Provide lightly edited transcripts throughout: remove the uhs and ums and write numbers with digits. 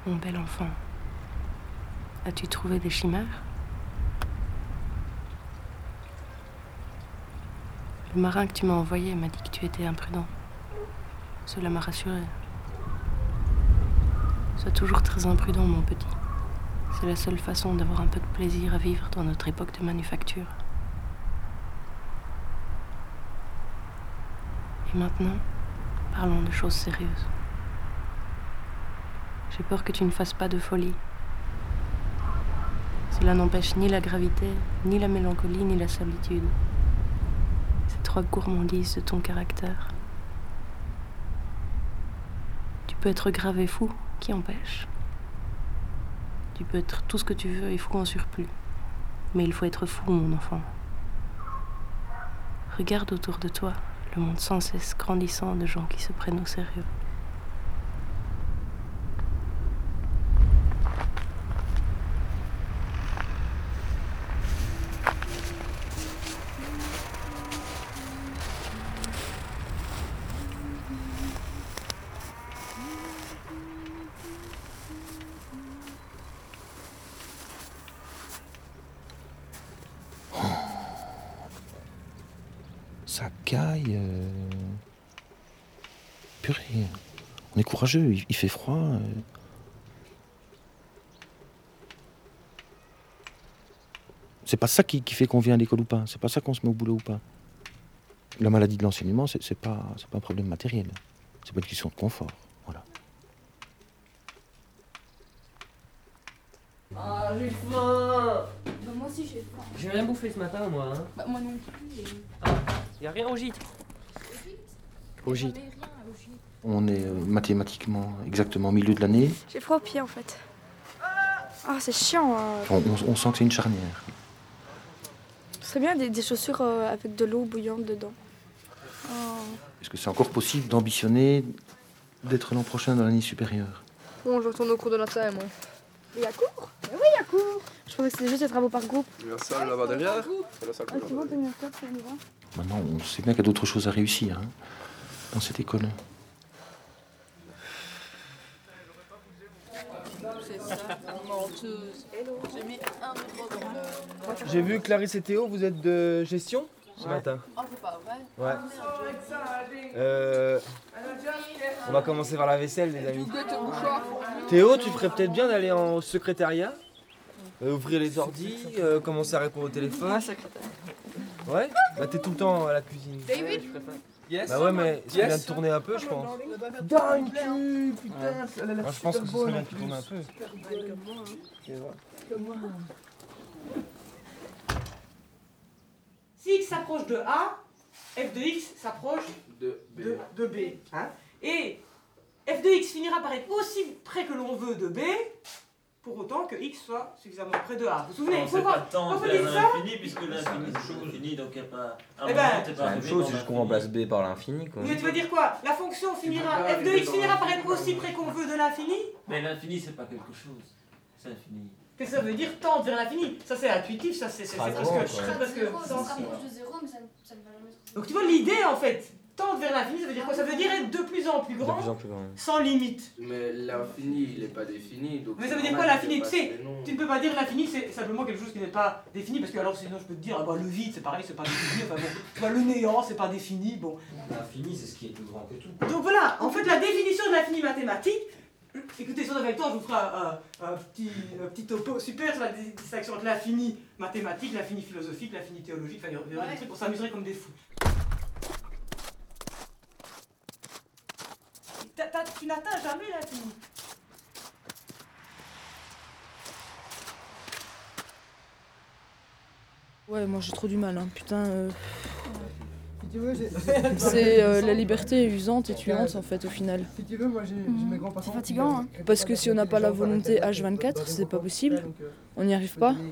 Mon bel enfant, as-tu trouvé des chimères? Le marin que tu m'as envoyé m'a dit que tu étais imprudent. Cela m'a rassuré. Sois toujours très imprudent, mon petit. C'est la seule façon d'avoir un peu de plaisir à vivre dans notre époque de manufacture. Et maintenant, parlons de choses sérieuses. J'ai peur que tu ne fasses pas de folie. Cela n'empêche ni la gravité, ni la mélancolie, ni la solitude. Ces trois gourmandises de ton caractère. Tu peux être grave et fou, qui empêche? Tu peux être tout ce que tu veux et fou en surplus. Mais il faut être fou, mon enfant. Regarde autour de toi le monde sans cesse grandissant de gens qui se prennent au sérieux. Ça caille. Purée. On est courageux, il fait froid. C'est pas ça qui fait qu'on vient à l'école ou pas. C'est pas ça qu'on se met au boulot ou pas. La maladie de l'enseignement, c'est pas un problème matériel. C'est pas une question de confort. Voilà. Ah, j'ai faim. Bah, moi aussi j'ai faim. J'ai rien bouffé ce matin, moi. Hein. Bah, moi non plus. Y a rien au gîte. Au gîte. Jamais rien au gîte. On est mathématiquement exactement au milieu de l'année. J'ai froid aux pieds en fait. Ah, c'est chiant. On sent que c'est une charnière. Ce serait bien des chaussures avec de l'eau bouillante dedans. Est-ce que c'est encore possible d'ambitionner d'être l'an prochain dans l'année supérieure? Bon, je retourne au cours de latin, moi. Il y a cours? Oui, il y a cours. Je pensais que c'était juste des travaux par groupe. Il y a la salle là-bas derrière. C'est la salle Ah, c'est bon, t'as mis un stop, ça me va. Maintenant, on sait bien qu'il y a d'autres choses à réussir hein, dans cette école. J'ai vu Clarisse et Théo, vous êtes de gestion ce matin. Oh, c'est pas vrai. Ouais. On va commencer par la vaisselle, les amis. Théo, tu ferais peut-être bien d'aller en secrétariat, ouvrir les ordis, commencer à répondre au téléphone. Ouais. Bah t'es tout le temps à la cuisine. David? Yes. Bah ouais, mais ça vient de tourner un peu, je pense. Dingue, putain, Moi, je pense que ce serait bien de tourner un peu. Si x s'approche de A, f de x s'approche de B. Hein. Et f de x finira par être aussi près que l'on veut de B, pour autant que x soit suffisamment près de A. Vous vous souvenez, il faut pas tendre vers dire ça. l'infini, puisque l'infini c'est fini, donc il n'y a pas... Eh ben, c'est pas la même chose, c'est juste qu'on remplace b par l'infini, quoi. Mais tu veux dire quoi? La fonction finira, f de x finira par être aussi près qu'on veut de l'infini? Mais l'infini c'est pas quelque chose, c'est infini. Qu'est-ce que ça veut dire tendre vers l'infini? Ça c'est intuitif, ça c'est presque... Ça sera proche de 0, mais ça ne va jamais être. Donc tu vois l'idée en fait, tendre vers l'infini, ça veut dire quoi? Ça veut dire être de plus en plus grand, sans limite. Mais l'infini, il n'est pas défini. Donc mais ça veut dire quoi l'infini? Tu sais, tu ne peux pas dire l'infini c'est simplement quelque chose qui n'est pas défini, parce que alors sinon je peux te dire, ah bah, le vide c'est pareil, c'est pas défini, enfin bon, tu vois, le néant c'est pas défini, bon. L'infini c'est ce qui est plus grand que tout. Donc voilà, en fait la définition de l'infini mathématique, écoutez, si on est avec toi, je vous ferai un petit topo super sur la distinction entre l'infini mathématique, l'infini philosophique, l'infini théologique, enfin il y aura des trucs, on s'amuserait comme des fous. Tu n'atteins jamais l'infini. Ouais, moi j'ai trop du mal, hein. Putain. C'est la liberté est usante et tuante en fait au final. C'est fatigant, hein. Parce que si on n'a pas la volonté H24, c'est pas possible. On n'y arrive pas.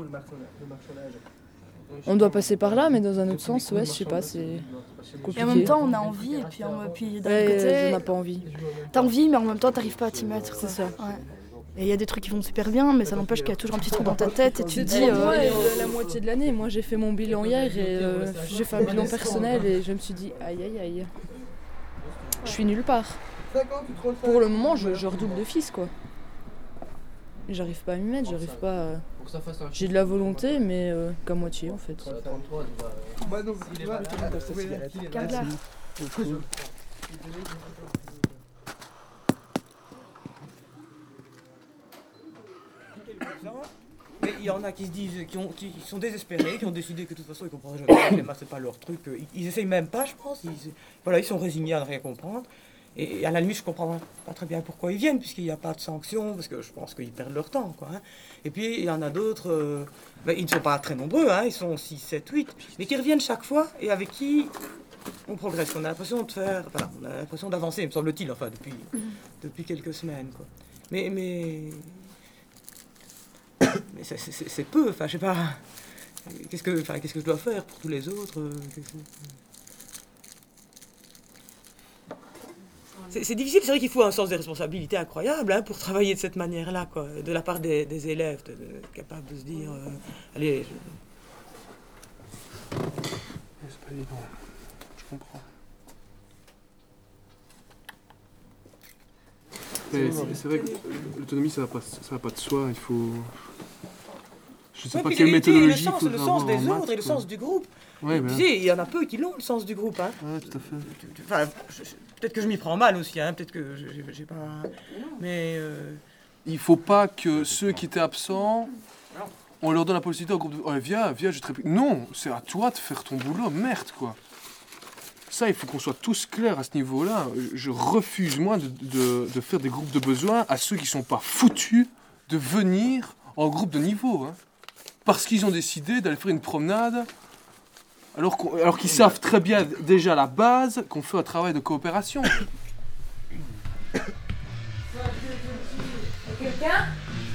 On doit passer par là, mais dans un autre sens, ouais, je sais pas, c'est compliqué. Et en même temps, on a envie, et puis d'un côté, on n'a pas envie. T'as envie, mais en même temps, t'arrives pas à t'y mettre. C'est ça. Ouais. Et il y a des trucs qui vont super bien, mais ça n'empêche qu'il y a toujours un petit trou dans ta tête et tu te dis... la moitié de l'année, moi j'ai fait mon bilan hier et j'ai fait un bilan personnel et je me suis dit aïe aïe aïe. Je suis nulle part. Pour le moment, je redouble de fils quoi. j'arrive pas à m'y mettre, j'arrive pas à... J'ai de la volonté, mais qu'à moitié en fait. Mais il y en a qui se disent, qui sont désespérés, qui ont décidé que de toute façon ils comprennent jamais, c'est pas leur truc. Ils essayent même pas, je pense. Ils sont résignés à ne rien comprendre. Et à la limite, je comprends pas très bien pourquoi ils viennent, puisqu'il n'y a pas de sanctions, parce que je pense qu'ils perdent leur temps, quoi. Hein. Et puis, il y en a d'autres, ils ne sont pas très nombreux, hein, ils sont 6, 7, 8, mais qui reviennent chaque fois et avec qui on progresse. On a l'impression de faire, enfin, on a l'impression d'avancer, me semble-t-il, enfin, depuis quelques semaines, quoi. Mais c'est peu, enfin, je sais pas, qu'est-ce que je dois faire pour tous les autres C'est difficile, c'est vrai qu'il faut un sens des responsabilités incroyable hein, pour travailler de cette manière-là, quoi, de la part des élèves, capables de se dire, allez... C'est pas évident, je comprends. C'est vrai que l'autonomie, ça va pas de soi, il faut... Je sais pas quelle méthodologie il faut le sens des autres et le sens du groupe. Ouais, tu sais, il y en a peu qui l'ont, le sens du groupe. Hein. Ouais, tout à fait. Enfin, peut-être que je m'y prends mal aussi, hein, peut-être que j'ai pas... Mais... Il faut pas que ceux qui étaient absents, on leur donne la possibilité au groupe de... Oh, viens, je te réplique. Non, c'est à toi de faire ton boulot, merde, quoi. Ça, il faut qu'on soit tous clairs à ce niveau-là. Je refuse, moi, de faire des groupes de besoins à ceux qui sont pas foutus de venir en groupe de niveau, hein. Parce qu'ils ont décidé d'aller faire une promenade, alors qu'ils savent très bien déjà à la base qu'on fait un travail de coopération. Quelqu'un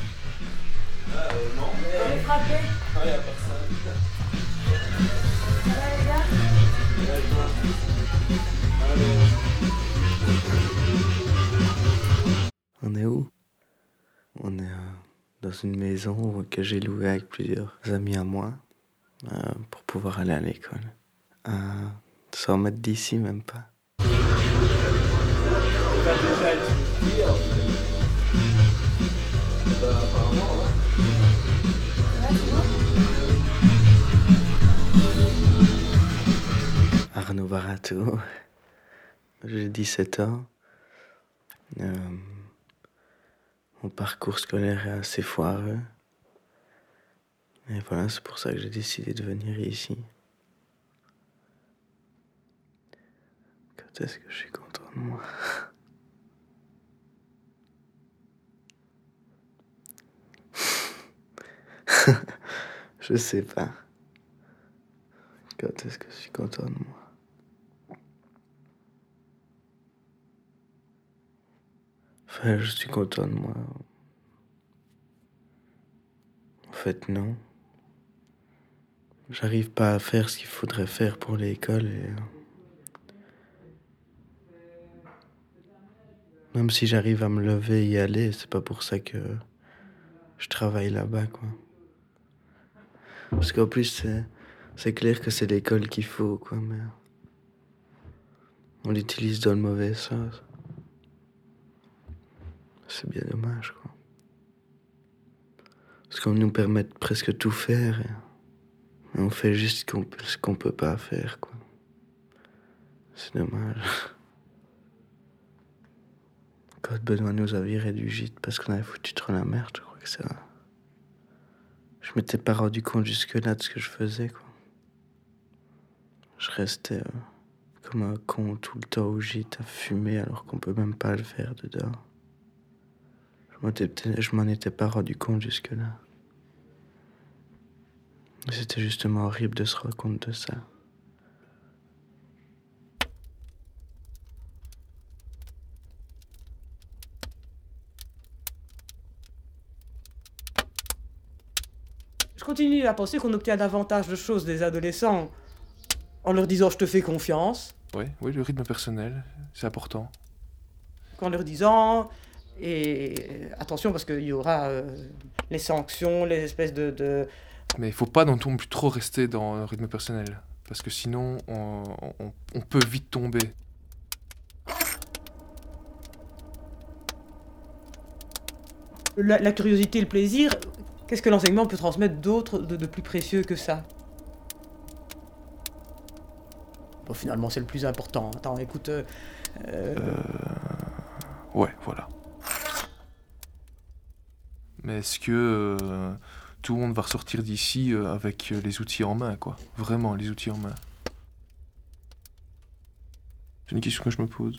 Non. On est frappé. Non, il y a personne. Ça va les gars? On est où? On est dans une maison que j'ai louée avec plusieurs amis à moi pour pouvoir aller à l'école. 100 mètres d'ici, même pas. Arnaud Barato, j'ai 17 ans. Mon parcours scolaire est assez foireux. Et voilà, c'est pour ça que j'ai décidé de venir ici. Quand est-ce que je suis content de moi? Je sais pas. Quand est-ce que je suis content de moi? Enfin, je suis content de moi. En fait, non. J'arrive pas à faire ce qu'il faudrait faire pour l'école et... Même si j'arrive à me lever et y aller, c'est pas pour ça que je travaille là-bas, quoi. Parce qu'en plus, c'est clair que c'est l'école qu'il faut, quoi, mais... On l'utilise dans le mauvais sens. C'est bien dommage, quoi. Parce qu'on nous permet de presque tout faire, et on fait juste ce qu'on peut pas faire, quoi. C'est dommage. Quand Benoît nous a viré du gîte parce qu'on avait foutu trop la merde, je crois que ça... Je m'étais pas rendu compte jusque-là de ce que je faisais, quoi. Je restais comme un con tout le temps au gîte à fumer alors qu'on peut même pas le faire dedans. Je m'en étais pas rendu compte jusque-là. C'était justement horrible de se rendre compte de ça. Je continue à penser qu'on obtient davantage de choses des adolescents en leur disant « je te fais confiance ». Oui, le rythme personnel, c'est important. Qu'en leur disant... Et attention parce qu'il y aura les sanctions, les espèces de... Mais il ne faut pas non plus trop rester dans le rythme personnel. Parce que sinon, on peut vite tomber. La curiosité et le plaisir, qu'est-ce que l'enseignement peut transmettre d'autre, de plus précieux que ça? Bon, finalement, c'est le plus important. Attends, écoute... Ouais, voilà. Mais est-ce que tout le monde va ressortir d'ici avec les outils en main, quoi? Vraiment, les outils en main. C'est une question que je me pose.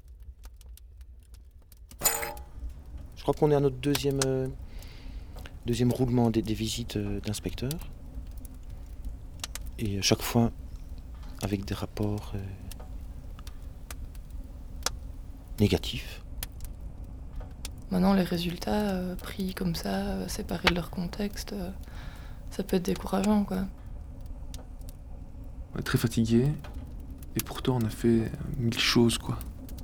Je crois qu'on est à notre deuxième roulement des visites d'inspecteurs. Et chaque fois avec des rapports négatifs. Maintenant, les résultats pris comme ça, séparés de leur contexte, ça peut être décourageant, quoi. On est très fatigué, et pourtant on a fait 1000 choses, quoi.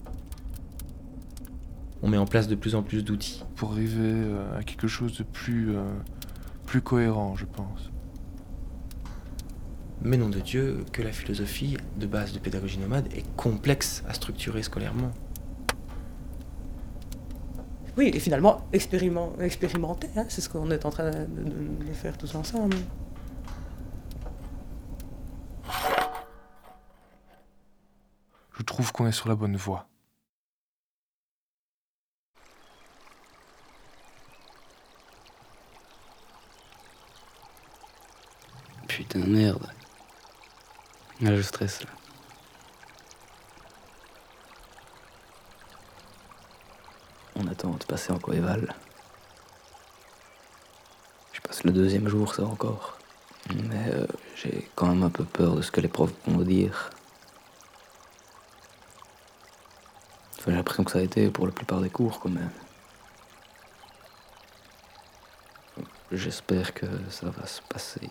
On met en place de plus en plus d'outils. Pour arriver à quelque chose de plus cohérent, je pense. Mais nom de Dieu, que la philosophie de base de pédagogie nomade est complexe à structurer scolairement. Oui, et finalement, expérimenter, hein, c'est ce qu'on est en train de faire tous ensemble. Je trouve qu'on est sur la bonne voie. Putain, merde. Là, je stresse, là. On attend de passer en coéval. Je passe le 2e jour, ça encore. Mais j'ai quand même un peu peur de ce que les profs vont me dire. Enfin, j'ai l'impression que ça a été pour la plupart des cours, quand même. J'espère que ça va se passer.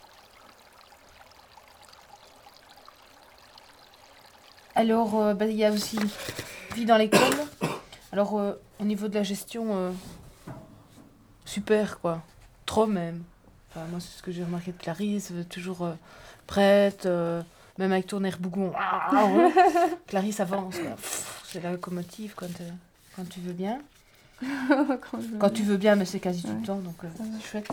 Alors, il y a aussi vie dans l'école. Alors, au niveau de la gestion, super, quoi. Trop même. Enfin, moi, c'est ce que j'ai remarqué de Clarisse, toujours prête, même avec ton air bougon. Clarisse avance, quoi. C'est la locomotive quand tu veux bien. Quand tu veux bien, mais c'est quasi tout le temps, donc c'est chouette.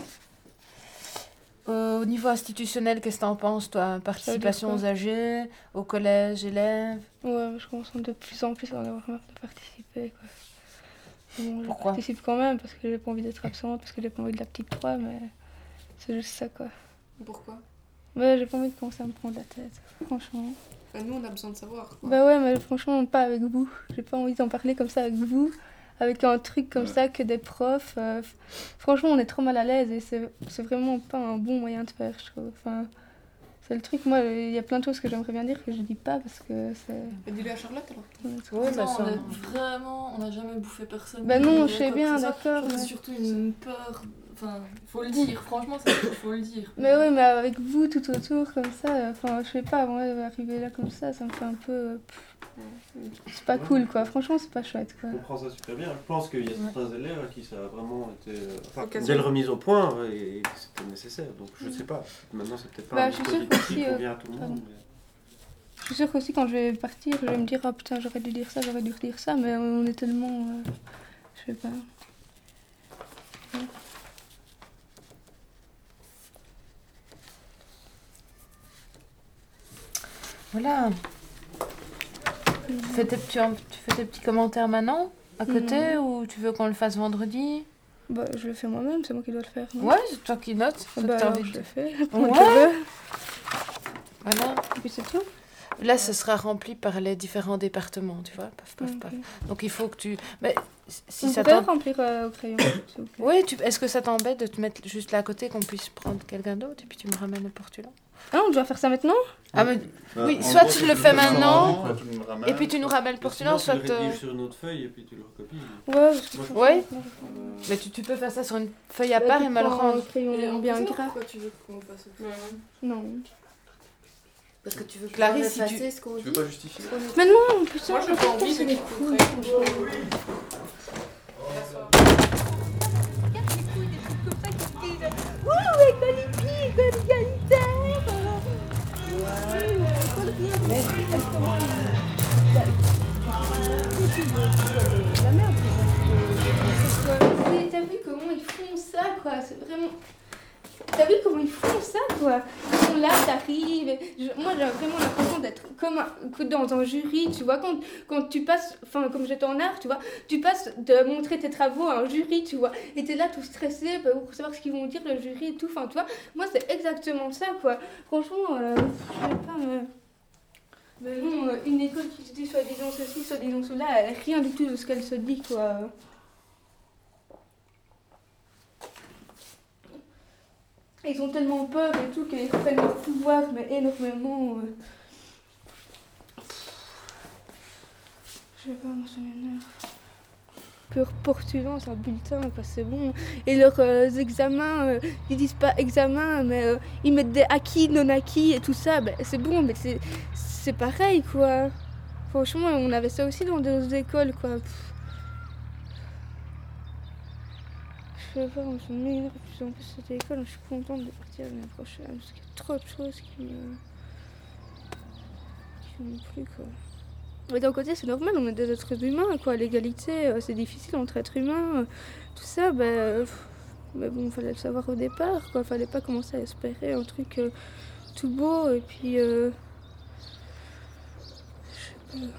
Au niveau institutionnel, qu'est-ce que t'en penses, toi? Participation aux AG, au collège, élèves? Ouais, je commence de plus en plus à en avoir marre de participer, quoi. Bon, Pourquoi? je participe quand même parce que j'ai pas envie d'être absente, parce que j'ai pas envie de la petite 3, mais c'est juste ça, quoi. Pourquoi? Ouais, j'ai pas envie de commencer à me prendre la tête, franchement. Enfin, nous, on a besoin de savoir, quoi. Bah ouais, mais franchement, pas avec vous. J'ai pas envie d'en parler comme ça avec vous. Avec un truc comme ça que des profs. Franchement, on est trop mal à l'aise et c'est vraiment pas un bon moyen de faire, je trouve. Enfin, c'est le truc, moi, il y a plein de choses que j'aimerais bien dire que je dis pas parce que c'est... Dis-le à Charlotte, alors. Ouais, bah ça... Vraiment, on n'a jamais bouffé personne. Bah non, je sais bien, d'accord. C'est surtout une peur... Enfin, faut le dire, franchement, faut le dire. Mais oui, mais avec vous tout autour, comme ça, enfin, je sais pas, moi, arriver là comme ça me fait un peu... C'est pas cool, quoi. Franchement, c'est pas chouette, quoi. Je comprends ça super bien. Je pense qu'il y a certains élèves à qui ça a vraiment été... Occasion. dès la remise au point, et c'était nécessaire. Donc je sais pas. Maintenant, c'est peut-être pas un dispositif qui convient à tout le monde. Mais... Je suis sûre qu'aussi, quand je vais partir, je vais me dire « Oh putain, j'aurais dû dire ça, j'aurais dû redire ça », mais on est tellement... je sais pas... Ouais. Voilà. Tu fais tes petits commentaires maintenant, à côté, ou tu veux qu'on le fasse vendredi? Bah, je le fais moi-même, c'est moi qui dois le faire. Non? Ouais, c'est toi qui notes. Bah, alors, je le fais. Ouais. Voilà. Et puis c'est tout. Là, ce sera rempli par les différents départements, tu vois. Paf, paf, paf. Donc, il faut que tu... Mais si on ça peut remplir au crayon, s'il vous plaît. Oui, est-ce que ça t'embête de te mettre juste là à côté, qu'on puisse prendre quelqu'un d'autre, et puis tu me ramènes le portulon? Ah, on doit faire ça maintenant? Ah, mais... oui, soit tu le fais maintenant, et puis tu nous ramènes le portulon, soit... Tu le rédiges sur une autre feuille, et puis tu le recopies. Ouais, ouais. Mais tu peux faire ça sur une feuille à part et me le rendre. Un crayon bien gras. Pourquoi tu veux qu'on fasse ça? Non. Parce que tu veux Clarisse, si tu... ce qu'on dit. Tu veux pas justifier? Mais non, putain, moi j'ai pas envie de couilles. Ouh, égalité, égalitaire. La merde. T'as vu comment vraiment ça, quoi. Bon, là, t'arrives. Moi, j'ai vraiment l'impression d'être que dans un jury, tu vois. Quand tu passes, enfin, comme j'étais en art, tu vois, tu passes de montrer tes travaux à un jury, tu vois. Et t'es là tout stressé pour savoir ce qu'ils vont dire, le jury et tout. Enfin, tu vois, moi, c'est exactement ça, quoi. Franchement, je sais pas. Mais non, une école qui se dit soi-disant ceci, soi-disant cela, elle est rien du tout de ce qu'elle se dit, quoi. Ils ont tellement peur et tout qu'ils prennent leur pouvoir, mais énormément. Je sais pas, moi ça m'énerve. Leur poursuivant, c'est un bulletin, quoi, c'est bon. Et leurs examens, ils disent pas examen, mais ils mettent des acquis, non acquis et tout ça, ben, c'est bon, mais c'est pareil, quoi. Franchement, on avait ça aussi dans nos écoles, quoi. Je sais pas, on se m'énerve de plus en plus cette école, je suis contente de partir l'année prochaine, parce qu'il y a trop de choses qui m'ont plu, quoi. Mais d'un côté, c'est normal, on est des êtres humains, quoi. L'égalité, c'est difficile entre êtres humains, tout ça, mais bon, il fallait le savoir au départ, quoi. Fallait pas commencer à espérer un truc tout beau, et puis... je sais pas...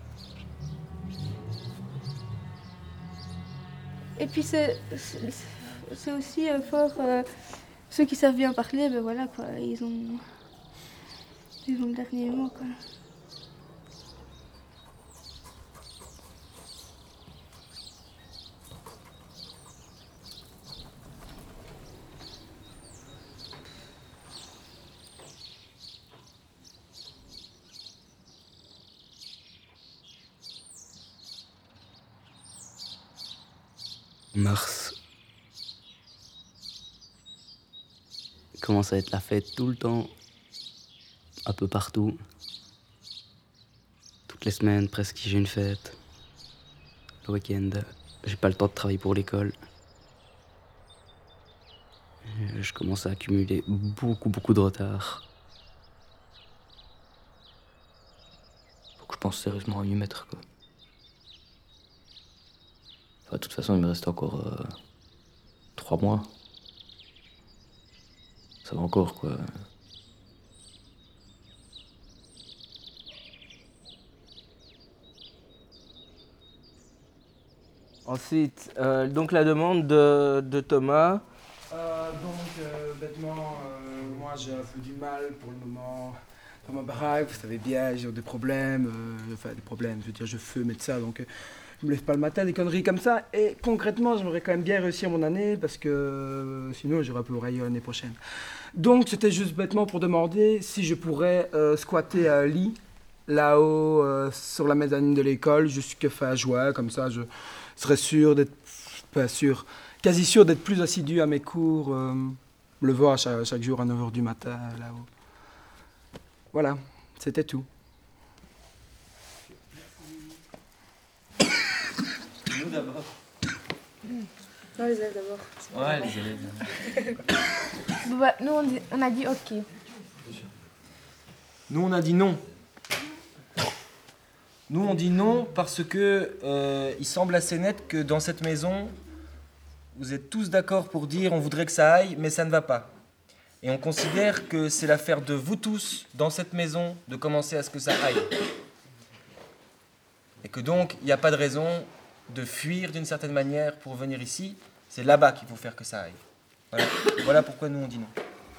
Et puis c'est aussi fort, ceux qui savent bien parler, ben voilà, quoi, ils ont le dernier mot, quoi. Mars. Il commence à être la fête tout le temps, un peu partout. Toutes les semaines, presque, j'ai une fête. Le week-end, j'ai pas le temps de travailler pour l'école. Je commence à accumuler beaucoup de retard. Faut que je pense sérieusement à m'y mettre, quoi. Enfin, de toute façon, il me reste encore 3 mois. Ça va encore, quoi. Ensuite, donc la demande de Thomas. Bêtement, moi j'ai un peu du mal pour le moment dans ma baraque, vous savez bien, j'ai des problèmes, je veux dire, je fume et tout ça, donc je me lève pas le matin, des conneries comme ça, et concrètement, j'aimerais quand même bien réussir mon année, parce que sinon j'aurais un peu raillé l'année prochaine. Donc c'était juste bêtement pour demander si je pourrais squatter un lit, là-haut, sur la mezzanine de l'école, jusqu'à fin juin, comme ça je serais sûr d'être, pas sûr, quasi sûr d'être plus assidu à mes cours, le voir chaque jour à 9h du matin, là-haut. Voilà, c'était tout. Nous d'abord. Non, les élèves d'abord. Ouais, les élèves. Bon, bah, nous, on a dit OK. Nous, on a dit non. Nous, on dit non parce que il semble assez net que dans cette maison, vous êtes tous d'accord pour dire on voudrait que ça aille, mais ça ne va pas. Et on considère que c'est l'affaire de vous tous, dans cette maison, de commencer à ce que ça aille. Et que donc, il n'y a pas de raison de fuir d'une certaine manière pour venir ici. C'est là-bas qu'il faut faire que ça aille. Voilà, voilà pourquoi nous, on dit non.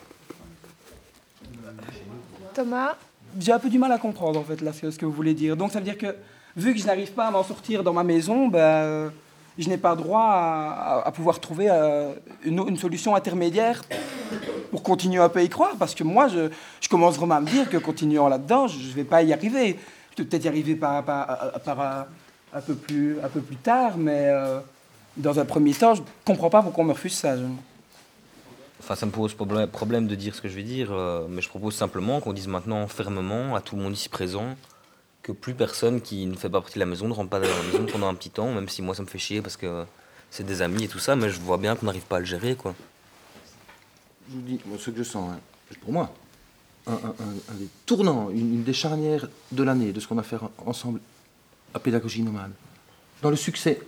Thomas? J'ai un peu du mal à comprendre, en fait, là, ce que vous voulez dire. Donc, ça veut dire que, vu que je n'arrive pas à m'en sortir dans ma maison, je n'ai pas droit à pouvoir trouver une solution intermédiaire pour continuer un peu à y croire. Parce que moi, je commence vraiment à me dire que, continuant là-dedans, je ne vais pas y arriver. Je vais peut-être y arriver un peu plus tard, mais dans un premier temps, je ne comprends pas pourquoi on me refuse ça. Enfin, ça me pose problème de dire ce que je vais dire, mais je propose simplement qu'on dise maintenant fermement à tout le monde ici présent que plus personne qui ne fait pas partie de la maison ne rentre pas dans la maison pendant un petit temps, même si moi ça me fait chier parce que c'est des amis et tout ça, mais je vois bien qu'on n'arrive pas à le gérer, quoi. Je vous dis, ce que je sens, hein, pour moi, un des tournants, une des charnières de l'année, de ce qu'on va faire ensemble à Pédagogie Nomade. Dans le succès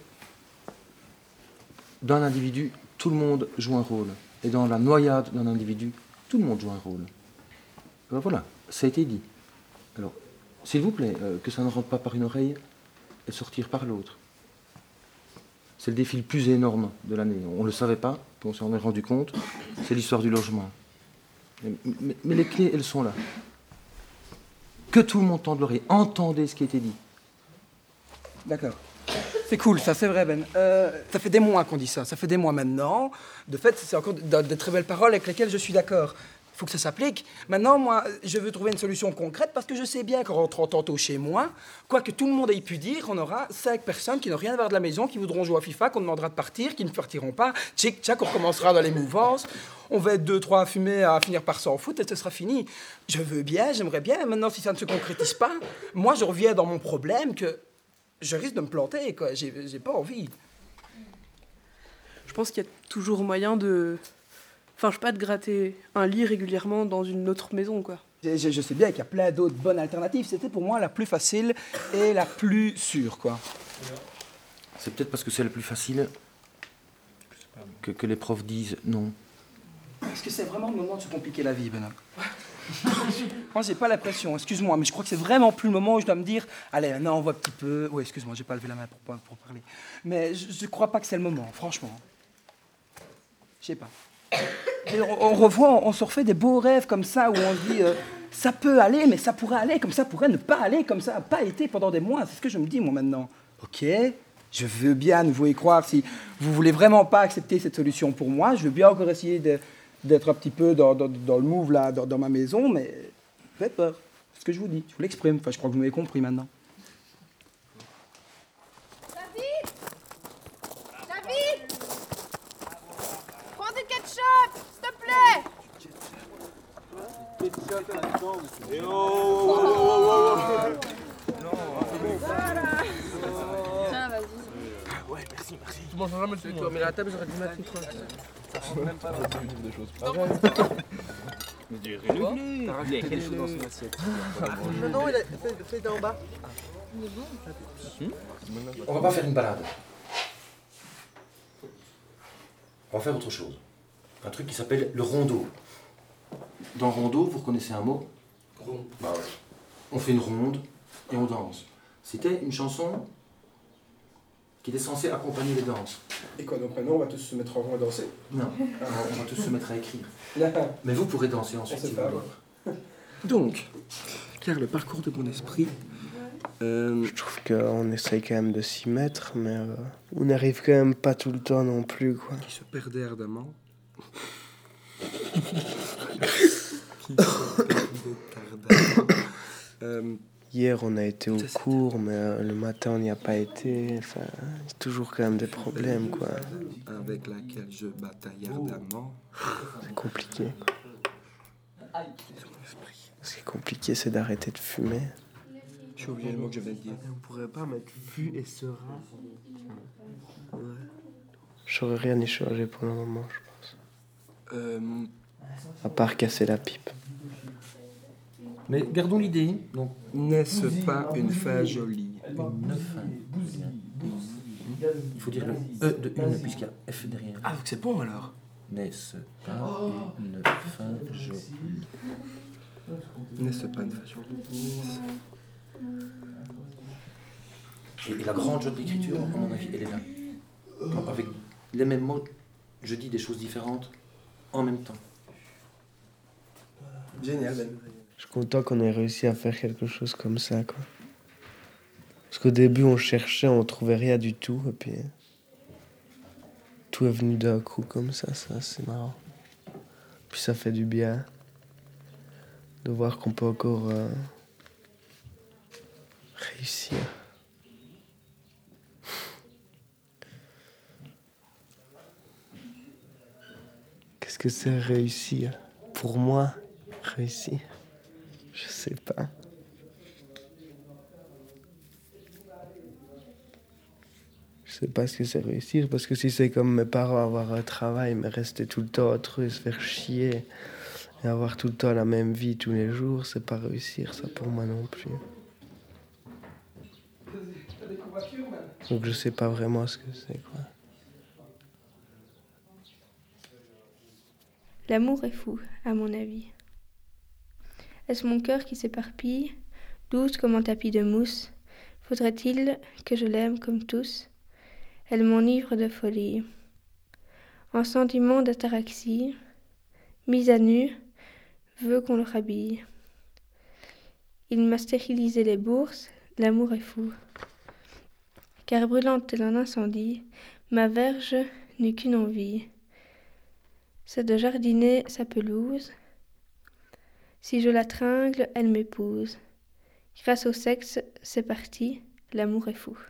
d'un individu, tout le monde joue un rôle. Et dans la noyade d'un individu, Tout le monde joue un rôle. Ben voilà, ça a été dit. Alors, s'il vous plaît, que ça ne rentre pas par une oreille et sortir par l'autre. C'est le défi le plus énorme de l'année. On ne le savait pas, puis on s'en est rendu compte. C'est l'histoire du logement. Mais les clés, elles sont là. Que tout le monde tende l'oreille. Entendez ce qui a été dit. D'accord. C'est cool, ça, c'est vrai, Ben. Ça fait des mois qu'on dit ça. Ça fait des mois maintenant. De fait, c'est encore de très belles paroles avec lesquelles je suis d'accord. Il faut que ça s'applique. Maintenant, moi, je veux trouver une solution concrète parce que je sais bien qu'en rentrant tantôt chez moi, quoi que tout le monde ait pu dire, on aura 5 personnes qui n'ont rien à voir de la maison, qui voudront jouer à FIFA, qu'on demandera de partir, qui ne partiront pas. Tchic, tchac, on recommencera dans les mouvances. On va être 2-3 à fumer, à finir par s'en foutre et ce sera fini. Je veux bien, j'aimerais bien. Maintenant, si ça ne se concrétise pas, moi, je reviens dans mon problème que je risque de me planter, quoi. J'ai pas envie. Je pense qu'il y a toujours moyen de... Enfin, je sais pas, de gratter un lit régulièrement dans une autre maison, quoi. Je sais bien qu'il y a plein d'autres bonnes alternatives. C'était pour moi la plus facile et la plus sûre, quoi. C'est peut-être parce que c'est la plus facile que les profs disent non. Est-ce que c'est vraiment le moment de se compliquer la vie, Benoît? Moi, j'ai pas l'impression, excuse-moi, mais je crois que c'est vraiment plus le moment où je dois me dire allez, maintenant, on voit un petit peu... Oui, excuse-moi, j'ai pas levé la main pour parler. Mais je crois pas que c'est le moment, franchement. Je sais pas. On revoit, on se refait des beaux rêves comme ça où on se dit ça peut aller, mais ça pourrait aller, comme ça pourrait ne pas aller, comme ça n'a pas été pendant des mois. C'est ce que je me dis, moi, maintenant. Ok, je veux bien vous y croire. Si vous voulez vraiment pas accepter cette solution pour moi, je veux bien encore essayer d'être un petit peu dans le move, là, dans ma maison, mais faites peur. C'est ce que je vous dis, je vous l'exprime. Enfin, je crois que vous m'avez compris maintenant. David, prends du ketchup, s'il te plaît. Tiens, vas-y. Ouais, merci. Tu manges jamais le toi, mais la table, j'aurais dû mettre une tranche. Ça change même pas des choses. T'as rajouté des choses dans son assiette. Non, c'est en bas. On va pas faire une balade. On va faire autre chose. Un truc qui s'appelle le rondeau. Dans rondeau, vous reconnaissez un mot? Rond. Bah ouais. On fait une ronde et on danse. C'était une chanson qui était censée accompagner les danses. Et quoi, donc maintenant, on va tous se mettre en rond et danser? Non, on va tous se mettre à écrire. Mais vous pourrez danser ensuite si vous voulez. Donc, car le parcours de mon esprit... Je trouve qu'on essaye quand même de s'y mettre, mais on n'arrive quand même pas tout le temps non plus, quoi. Qui se perdait ardemment. Hier, on a été au cours, mais le matin, on n'y a pas été. Enfin, il y a toujours quand même des problèmes, quoi. Avec laquelle je bataille ardemment. C'est compliqué. Ce qui est compliqué, c'est d'arrêter de fumer. Je suis oublié le mot que je vais te dire. On pourrait pas mettre fût et serein. Ouais. J'aurais rien échangé pour le moment, je pense. À part casser la pipe. Mais gardons l'idée. Donc, n'est-ce pas une fin jolie? Une fin. Il faut dire le E de une puisqu'il y a F derrière. Ah, donc c'est bon alors. N'est-ce pas une fin jolie? N'est-ce pas une fin jolie? Et la grande joie de l'écriture, à mon avis, elle est là. Quand avec les mêmes mots, je dis des choses différentes en même temps. Génial, Ben. Je suis content qu'on ait réussi à faire quelque chose comme ça, quoi. Parce qu'au début, on cherchait, on trouvait rien du tout, et puis tout est venu d'un coup comme ça, c'est marrant. Puis ça fait du bien de voir qu'on peut encore réussir. Qu'est-ce que c'est réussir? Pour moi, réussir, je sais pas. Je sais pas ce que c'est réussir, parce que si c'est comme mes parents, avoir un travail, mais rester tout le temps entre eux, se faire chier, et avoir tout le temps la même vie tous les jours, c'est pas réussir, ça pour moi non plus. Donc je sais pas vraiment ce que c'est, quoi. L'amour est fou, à mon avis. Est-ce mon cœur qui s'éparpille, douce comme un tapis de mousse? Faudrait-il que je l'aime comme tous? Elle m'enivre de folie. En sentiment d'ataraxie, mise à nu, veut qu'on le rhabille. Il m'a stérilisé les bourses, l'amour est fou. Car brûlante tel un incendie, ma verge n'eut qu'une envie. C'est de jardiner sa pelouse. Si je la tringle, elle m'épouse. Grâce au sexe, c'est parti, l'amour est fou.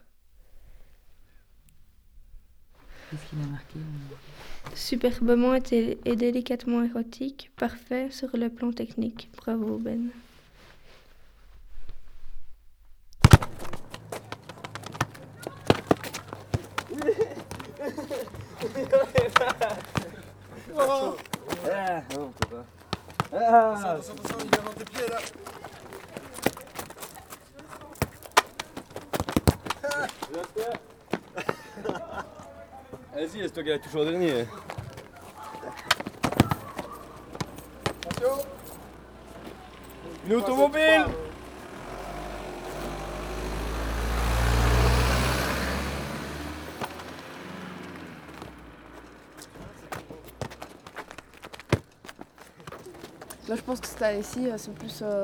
Qu'est-ce qu'il a marqué? Superbement et délicatement érotique, parfait sur le plan technique. Bravo Ben. Oh. Ah, non, on peut pas. Ah. Attention, il vient dans tes pieds là. Vas-y, laisse-toi qu'elle a toujours au dernier. Attention. Une automobile. Là, je pense que cette année-ci, c'est plus. Enfin,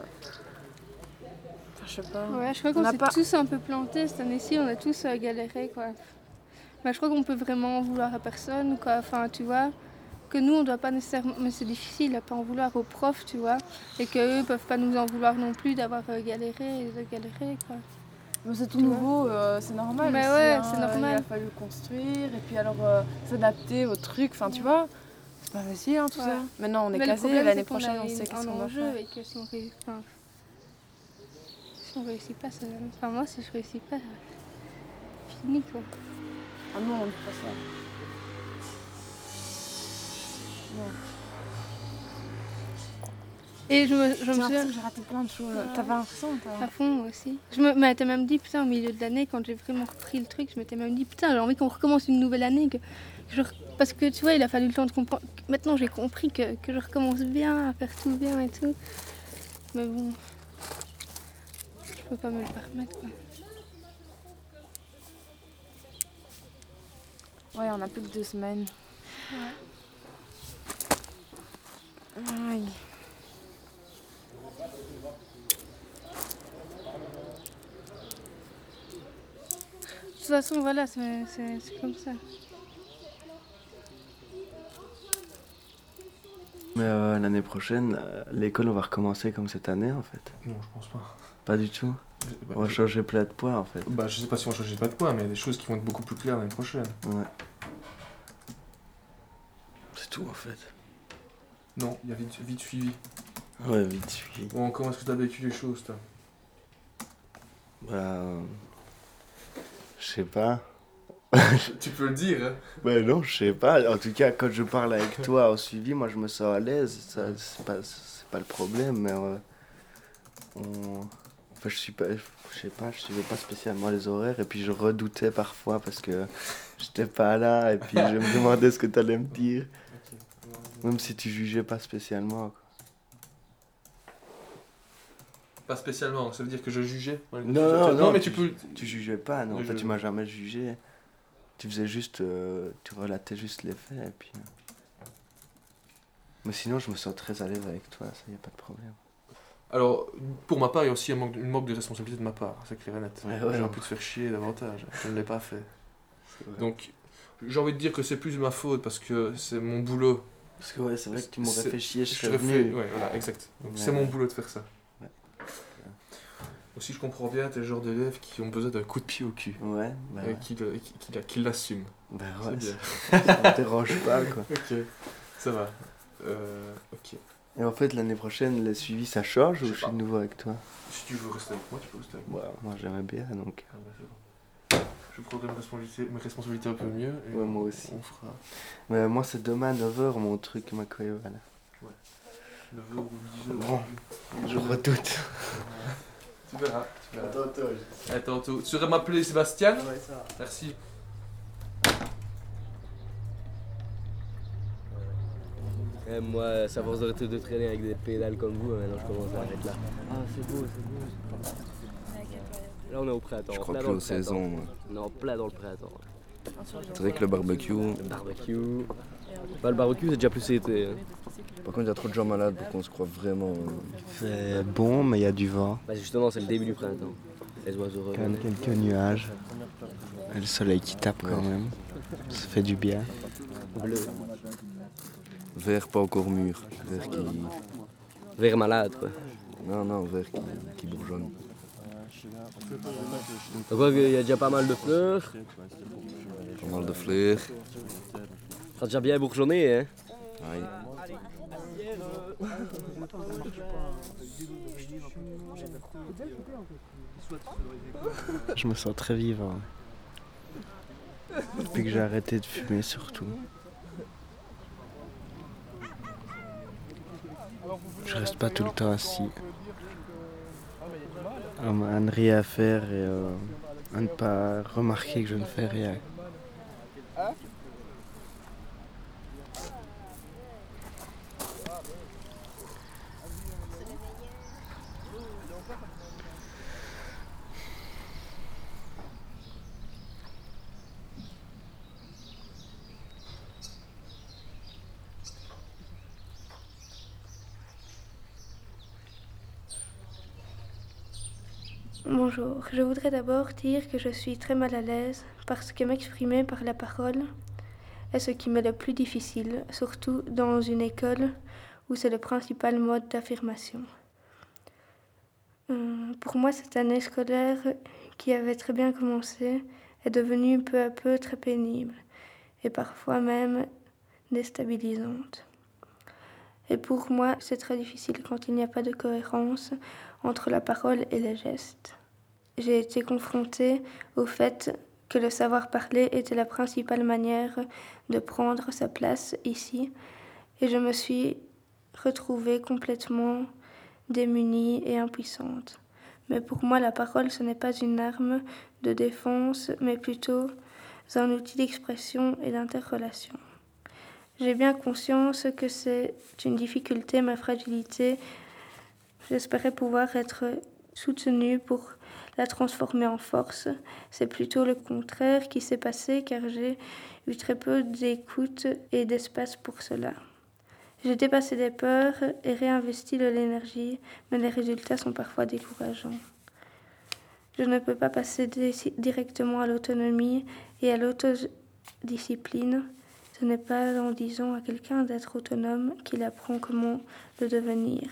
je sais pas. Ouais, je crois qu'on s'est tous un peu plantés cette année-ci, on a tous galéré quoi. Bah, je crois qu'on peut vraiment en vouloir à personne, quoi. Enfin, tu vois, que nous on doit pas nécessairement. Mais c'est difficile à pas en vouloir aux profs, tu vois, et qu'eux peuvent pas nous en vouloir non plus d'avoir galéré et de galérer, quoi. Mais c'est tout nouveau, c'est normal. Mais aussi, ouais, hein, c'est normal. Il a fallu construire et puis alors s'adapter au truc, enfin, tu vois. C'est pas facile, hein, tout ça. Maintenant, on est casé, l'année prochaine, on sait qu'est-ce qu'on va faire. Et que si on réussit, enfin, si on réussit pas, ça... Enfin, moi, si je réussis pas, fini, quoi. Ah non, on ne fait pas ça. Non. Et je me souviens... J'ai raté plein de choses. T'avais l'impression, toi? À fond, moi aussi. Je m'étais même dit, putain, au milieu de l'année, quand j'ai vraiment repris le truc, je m'étais même dit, putain, j'ai envie qu'on recommence une nouvelle année, parce que tu vois, il a fallu le temps de comprendre. Maintenant, j'ai compris que je recommence bien, à faire tout bien et tout. Mais bon, je peux pas me le permettre, quoi. Ouais, on a plus que 2 semaines. Ouais. Aïe. De toute façon, voilà, c'est comme ça. Mais l'année prochaine, l'école, on va recommencer comme cette année, en fait. Non, je pense pas. Pas du tout. On va changer plein de points, en fait. Bah, je sais pas si on va changer plein de points, mais il y a des choses qui vont être beaucoup plus claires l'année prochaine. Ouais. C'est tout, en fait. Non, il y a vite suivi. Ouais, vite suivi. Bon, comment est-ce que t'as vécu les choses, toi? Bah... Je sais pas. Tu peux le dire, hein? Bah non, je sais pas. En tout cas, quand je parle avec toi au suivi, moi je me sens à l'aise. C'est pas le problème, mais enfin, je sais pas, je suivais pas spécialement les horaires et puis je redoutais parfois parce que j'étais pas là et puis je me demandais ce que t'allais me dire. Même si tu jugeais pas spécialement, quoi. Pas spécialement, ça veut dire que je jugeais? Non, mais tu peux... Tu jugeais pas, non. En fait, tu m'as jamais jugé. Tu faisais juste... tu relatais juste les faits, et puis... Mais sinon, je me sens très à l'aise avec toi, ça, y a pas de problème. Alors, pour ma part, il y a aussi une manque de responsabilité de ma part, c'est clair et net. Ouais, J'aurais pu te faire chier davantage, je ne l'ai pas fait. Donc, j'ai envie de dire que c'est plus de ma faute, parce que c'est mon boulot. Parce que ouais, c'est vrai que tu m'aurais fait chier, je serais venu. Ouais, voilà, exact. Donc c'est mon boulot de faire ça. Ouais. Aussi, je comprends bien, t'es le genre d'élèves qui ont besoin d'un coup de pied au cul. Ouais, bah ouais. Qui l'assument. Bah ouais, bien. Ça me dérange pas, quoi. Ok, ça va. Ok. Et en fait, l'année prochaine, les suivis, ça change ou je suis de nouveau avec toi? Si tu veux rester avec moi, tu peux rester avec moi. Ouais, moi j'aimerais bien, donc... Ah bah c'est bon. Je prendrai mes responsabilités un peu mieux. Et ouais, moi aussi. On fera. Mais moi, c'est demain à 9h, mon truc, ma coéval. Ouais. 9h ou 10h. Bon, je redoute. Tu verras. À tantôt. À tantôt. Tu saurais m'appeler Sébastien? Ouais, ça va. Merci. Moi, ça force de traîner avec des pédales comme vous, maintenant je commence à être là. Ah, c'est beau, c'est beau. Là, on est au printemps. Je crois plus aux saisons. Moi. On est en plein dans le printemps. C'est vrai que le barbecue. Le barbecue, c'est déjà plus été. Hein. Par contre, il y a trop de gens malades pour qu'on se croit vraiment. C'est bon, mais il y a du vent. Bah, justement, c'est le début du printemps. Les oiseaux reviennent. Quelques nuages. Et le soleil qui tape quand même. Ça fait du bien. Bleu. Vert pas encore mûr. Vert qui. Vert malade, quoi. Non, vert qui bourgeonne. Donc, il y a déjà pas mal de fleurs. Pas mal de fleurs. Ça a déjà bien bourgeonné, hein? Oui. Je me sens très vivant. Depuis que j'ai arrêté de fumer, surtout. Je reste pas tout le temps assis. À ne rien faire et à ne pas remarquer que je ne fais rien. Bonjour, je voudrais d'abord dire que je suis très mal à l'aise parce que m'exprimer par la parole est ce qui m'est le plus difficile, surtout dans une école où c'est le principal mode d'affirmation. Pour moi, cette année scolaire qui avait très bien commencé est devenue peu à peu très pénible et parfois même déstabilisante. Et pour moi, c'est très difficile quand il n'y a pas de cohérence entre la parole et les gestes. J'ai été confrontée au fait que le savoir-parler était la principale manière de prendre sa place ici, et je me suis retrouvée complètement démunie et impuissante. Mais pour moi, la parole, ce n'est pas une arme de défense, mais plutôt un outil d'expression et d'interrelation. J'ai bien conscience que c'est une difficulté, ma fragilité. J'espérais pouvoir être soutenue pour la transformer en force. C'est plutôt le contraire qui s'est passé car j'ai eu très peu d'écoute et d'espace pour cela. J'ai dépassé des peurs et réinvesti de l'énergie, mais les résultats sont parfois décourageants. Je ne peux pas passer directement à l'autonomie et à l'autodiscipline. Ce n'est pas en disant à quelqu'un d'être autonome qu'il apprend comment le devenir.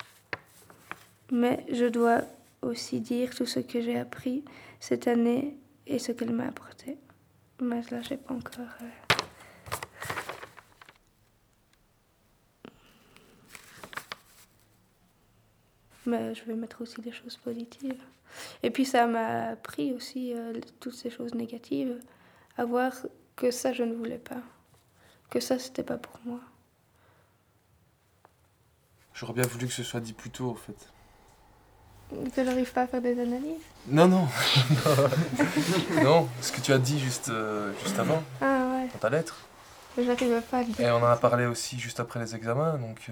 Mais je dois aussi dire tout ce que j'ai appris cette année et ce qu'elle m'a apporté. Mais là, je n'ai pas encore... Mais je vais mettre aussi des choses positives. Et puis ça m'a appris aussi toutes ces choses négatives, à voir que ça, je ne voulais pas. Que ça, c'était pas pour moi. J'aurais bien voulu que ce soit dit plus tôt, en fait. Que j'arrive pas à faire des analyses? Non. Non, ce que tu as dit juste avant, ah, ouais. dans ta lettre. J'arrivais pas à le dire. Et on en a parlé aussi juste après les examens, donc...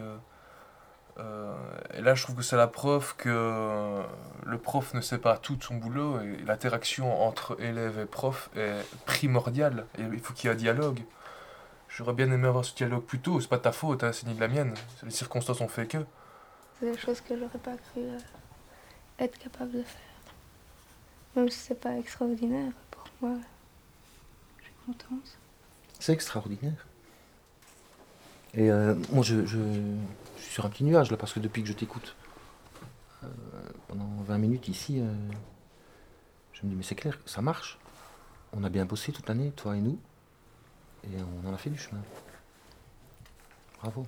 et là, je trouve que c'est la preuve que le prof ne sait pas tout de son boulot et l'interaction entre élèves et prof est primordiale. Et il faut qu'il y ait un dialogue. J'aurais bien aimé avoir ce dialogue plus tôt. C'est pas de ta faute, hein, c'est ni de la mienne. Les circonstances ont fait que. C'est des choses que j'aurais pas cru être capable de faire. Même si c'est pas extraordinaire pour moi. Je suis contente. C'est extraordinaire. Et moi, je suis sur un petit nuage là, parce que depuis que je t'écoute pendant 20 minutes ici, je me dis, mais c'est clair, ça marche. On a bien bossé toute l'année, toi et nous, et on en a fait du chemin. Bravo.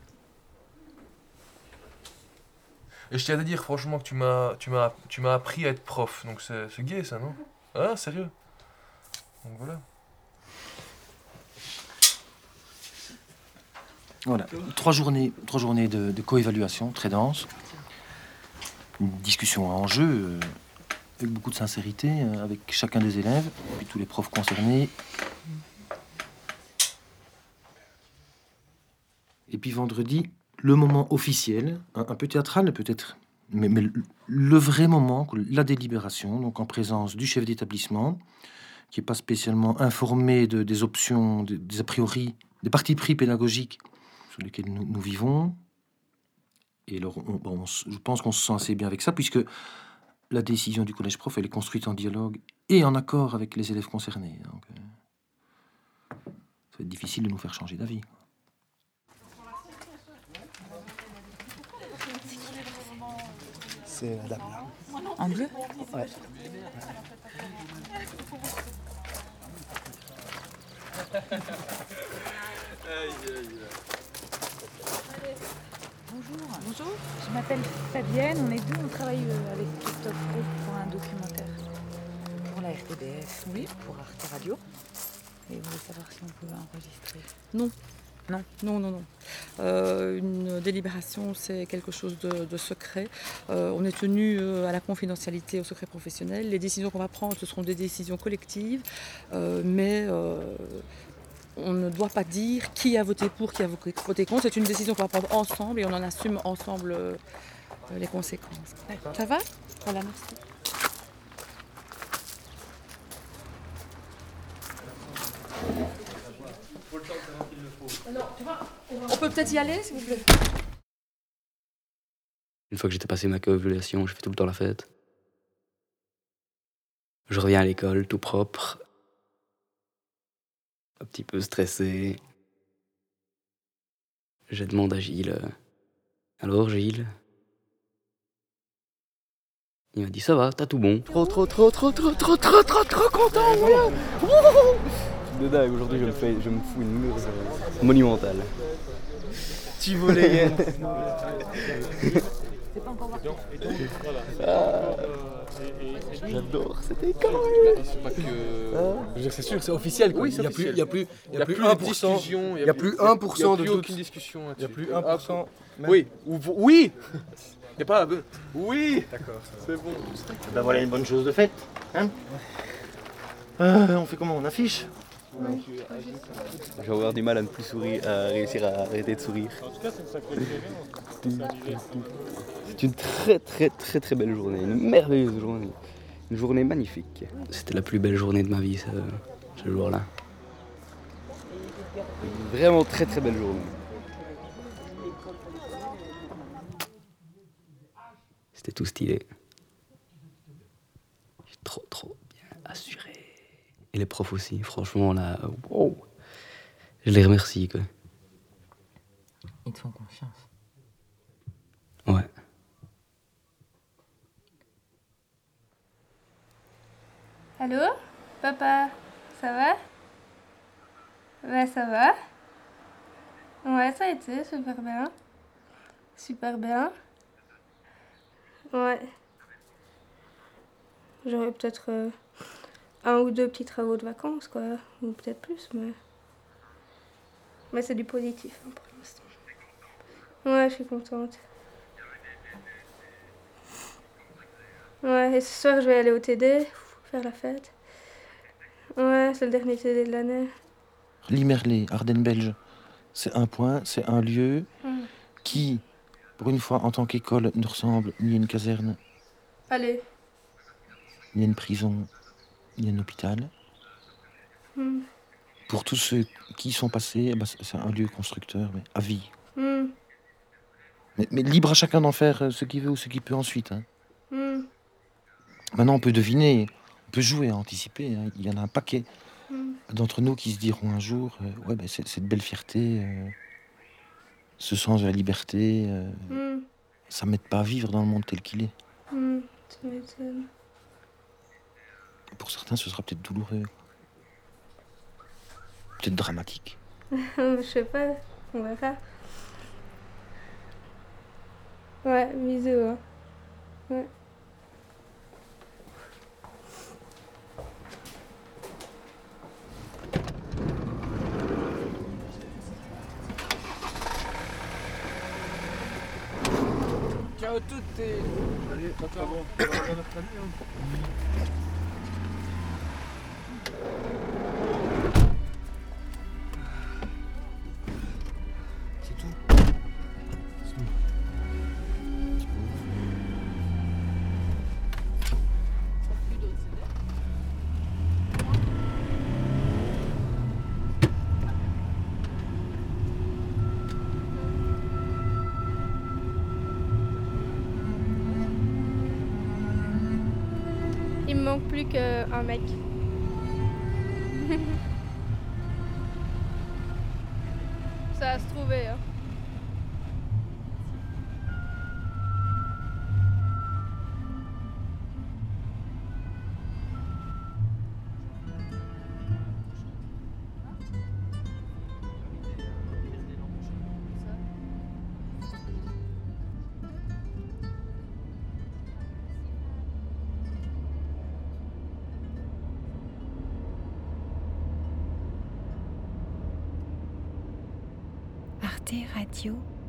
Et je tiens à te dire, franchement, que tu m'as appris à être prof, donc c'est gai ça, non? Ah, sérieux? Donc voilà. Voilà, 3 journées de co-évaluation très dense, une discussion à enjeu avec beaucoup de sincérité avec chacun des élèves et puis tous les profs concernés. Et puis vendredi, le moment officiel, un peu théâtral peut-être, mais le vrai moment, la délibération, donc en présence du chef d'établissement, qui n'est pas spécialement informé des options, des a priori, des partis pris pédagogiques sur lesquels nous vivons. Et alors, je pense qu'on se sent assez bien avec ça, puisque la décision du collège prof, elle est construite en dialogue et en accord avec les élèves concernés. Donc, ça va être difficile de nous faire changer d'avis. C'est la dame là. En bleu? Ouais. Bonjour, je m'appelle Fabienne, on est deux, on travaille avec Christophe Roux pour un documentaire. Pour la RTBF, Oui. Pour Arte Radio. Et vous voulez savoir si on pouvait enregistrer? Non. Non. Non. Une délibération, c'est quelque chose de secret. On est tenu à la confidentialité, au secret professionnel. Les décisions qu'on va prendre, ce seront des décisions collectives, mais on ne doit pas dire qui a voté pour, qui a voté contre. C'est une décision qu'on va prendre ensemble et on en assume ensemble les conséquences. D'accord. Ça va? Voilà, merci. On peut peut-être y aller, s'il vous plaît? Une fois que j'étais passé ma ovulation, je fais tout le temps la fête. Je reviens à l'école tout propre, un petit peu stressé. Je demande à Gilles. Alors Gilles? Il m'a dit ça va, t'as tout bon. Trop content, voilà. De dingue, aujourd'hui je me fous une mûre monumentale. Tu volais. J'adore, c'était quand même. C'est pas que. Je veux dire, c'est sûr, c'est officiel. Quoi. Oui, c'est officiel. Il y a plus Il y a plus 1%. Il y a plus 1% de plus toute. aucune discussion. Il y a plus 1%. Oui. Oui. Il n'y a pas. Oui. D'accord. C'est bon. Ben voilà une bonne chose de faite. Hein on fait comment? On affiche? Je vais avoir du mal à ne plus sourire, à réussir à arrêter de sourire. En tout cas, c'est une sacrée expérience. C'est une très belle journée, une merveilleuse journée. Une journée magnifique. C'était la plus belle journée de ma vie, ce jour-là. Vraiment très belle journée. C'était tout stylé. Trop bien assuré. Et les profs aussi, franchement, là, wow. Je les remercie, quoi. Ils te font confiance. Ouais. Allô? Papa, ça va? Ouais, ça va? Ouais, ça a été super bien. Super bien. Ouais. J'aurais peut-être un ou deux petits travaux de vacances, quoi. Ou peut-être plus, mais c'est du positif hein, pour l'instant. Ouais, je suis contente. Ouais, et ce soir, je vais aller au TD, faire la fête. Ouais, c'est le dernier TD de l'année. Limerlé, Ardennes belge, c'est un point, c'est un lieu qui, pour une fois, en tant qu'école, ne ressemble ni à une caserne, Allez. ni à une prison, ni à un hôpital. Pour tous ceux qui y sont passés, c'est un lieu constructeur, mais à vie. Mais libre à chacun d'en faire ce qu'il veut ou ce qu'il peut ensuite. Hein. Maintenant, on peut deviner, on peut jouer, anticiper. Hein. Il y en a un paquet d'entre nous qui se diront un jour cette belle fierté, ce sens de la liberté, ça ne m'aide pas à vivre dans le monde tel qu'il est. Tu m'étonnes. Pour certains, ce sera peut-être douloureux, peut-être dramatique. Je sais pas, on verra. Ouais, bisous. Hein. Ouais. Ciao tutti. Allez, ciao. C'est tout. Il me manque plus qu'un mec. Ça va se trouver. Hein. Arte Radio.